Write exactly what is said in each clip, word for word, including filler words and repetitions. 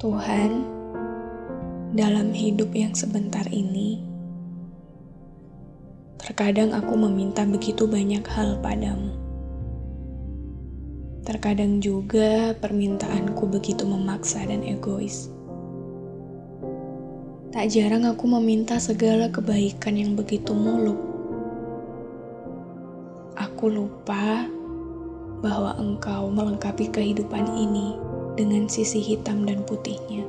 Tuhan, dalam hidup yang sebentar ini, terkadang aku meminta begitu banyak hal padamu. Terkadang juga permintaanku begitu memaksa dan egois. Tak jarang aku meminta segala kebaikan yang begitu muluk. Aku lupa bahwa Engkau melengkapi kehidupan ini dengan sisi hitam dan putihnya.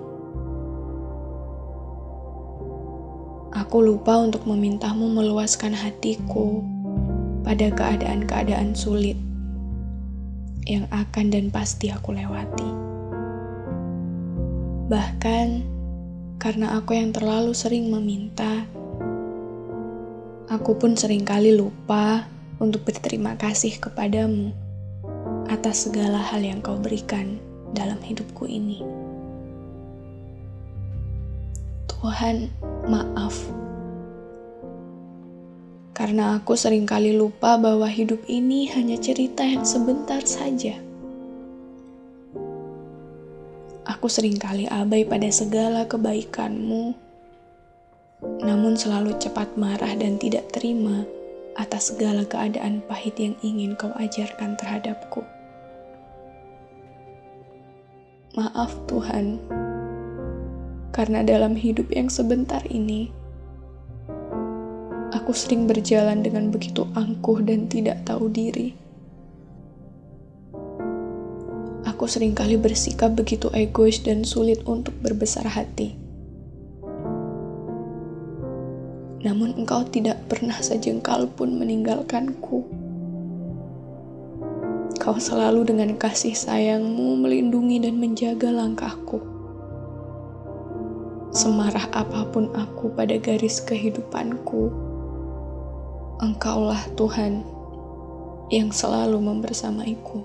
Aku lupa untuk memintamu meluaskan hatiku pada keadaan-keadaan sulit yang akan dan pasti aku lewati. Bahkan karena aku yang terlalu sering meminta, aku pun seringkali lupa untuk berterima kasih kepadamu atas segala hal yang Kau berikan dalam hidupku ini. Tuhan, maaf. Karena aku seringkali lupa bahwa hidup ini hanya cerita yang sebentar saja. Aku seringkali abai pada segala kebaikan-Mu, namun selalu cepat marah dan tidak terima atas segala keadaan pahit yang ingin Kau ajarkan terhadapku. Maaf Tuhan, karena dalam hidup yang sebentar ini, aku sering berjalan dengan begitu angkuh dan tidak tahu diri. Aku seringkali bersikap begitu egois dan sulit untuk berbesar hati. Namun Engkau tidak pernah sejengkal pun meninggalkanku. Kau selalu dengan kasih sayang-Mu melindungi dan menjaga langkahku. Semarah apapun aku pada garis kehidupanku, Engkaulah Tuhan yang selalu membersamaiku.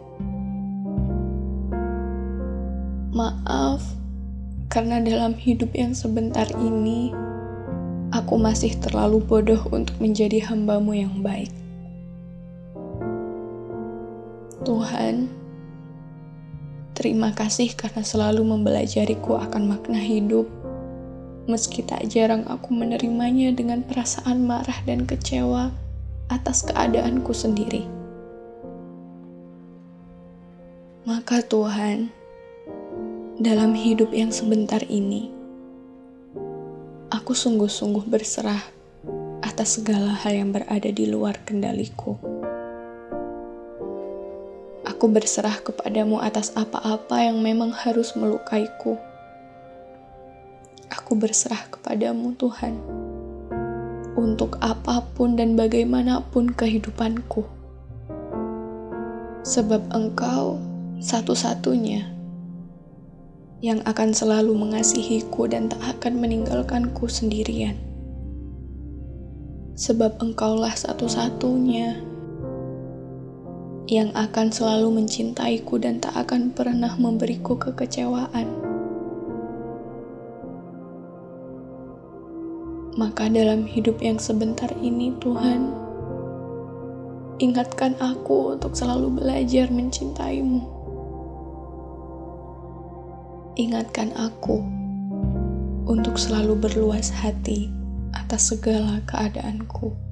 Maaf, karena dalam hidup yang sebentar ini, aku masih terlalu bodoh untuk menjadi hamba-Mu yang baik. Tuhan, terima kasih karena selalu mempelajariku akan makna hidup, meski tak jarang aku menerimanya dengan perasaan marah dan kecewa atas keadaanku sendiri. Maka Tuhan, dalam hidup yang sebentar ini, aku sungguh-sungguh berserah atas segala hal yang berada di luar kendaliku. Aku berserah kepadamu atas apa-apa yang memang harus melukaiku. Aku berserah kepadamu Tuhan, untuk apapun dan bagaimanapun kehidupanku. Sebab Engkau satu-satunya yang akan selalu mengasihiku dan tak akan meninggalkanku sendirian. Sebab Engkaulah satu-satunya yang akan selalu mencintaiku dan tak akan pernah memberiku kekecewaan. Maka dalam hidup yang sebentar ini, Tuhan, ingatkan aku untuk selalu belajar mencintai-Mu. Ingatkan aku untuk selalu berluas hati atas segala keadaanku.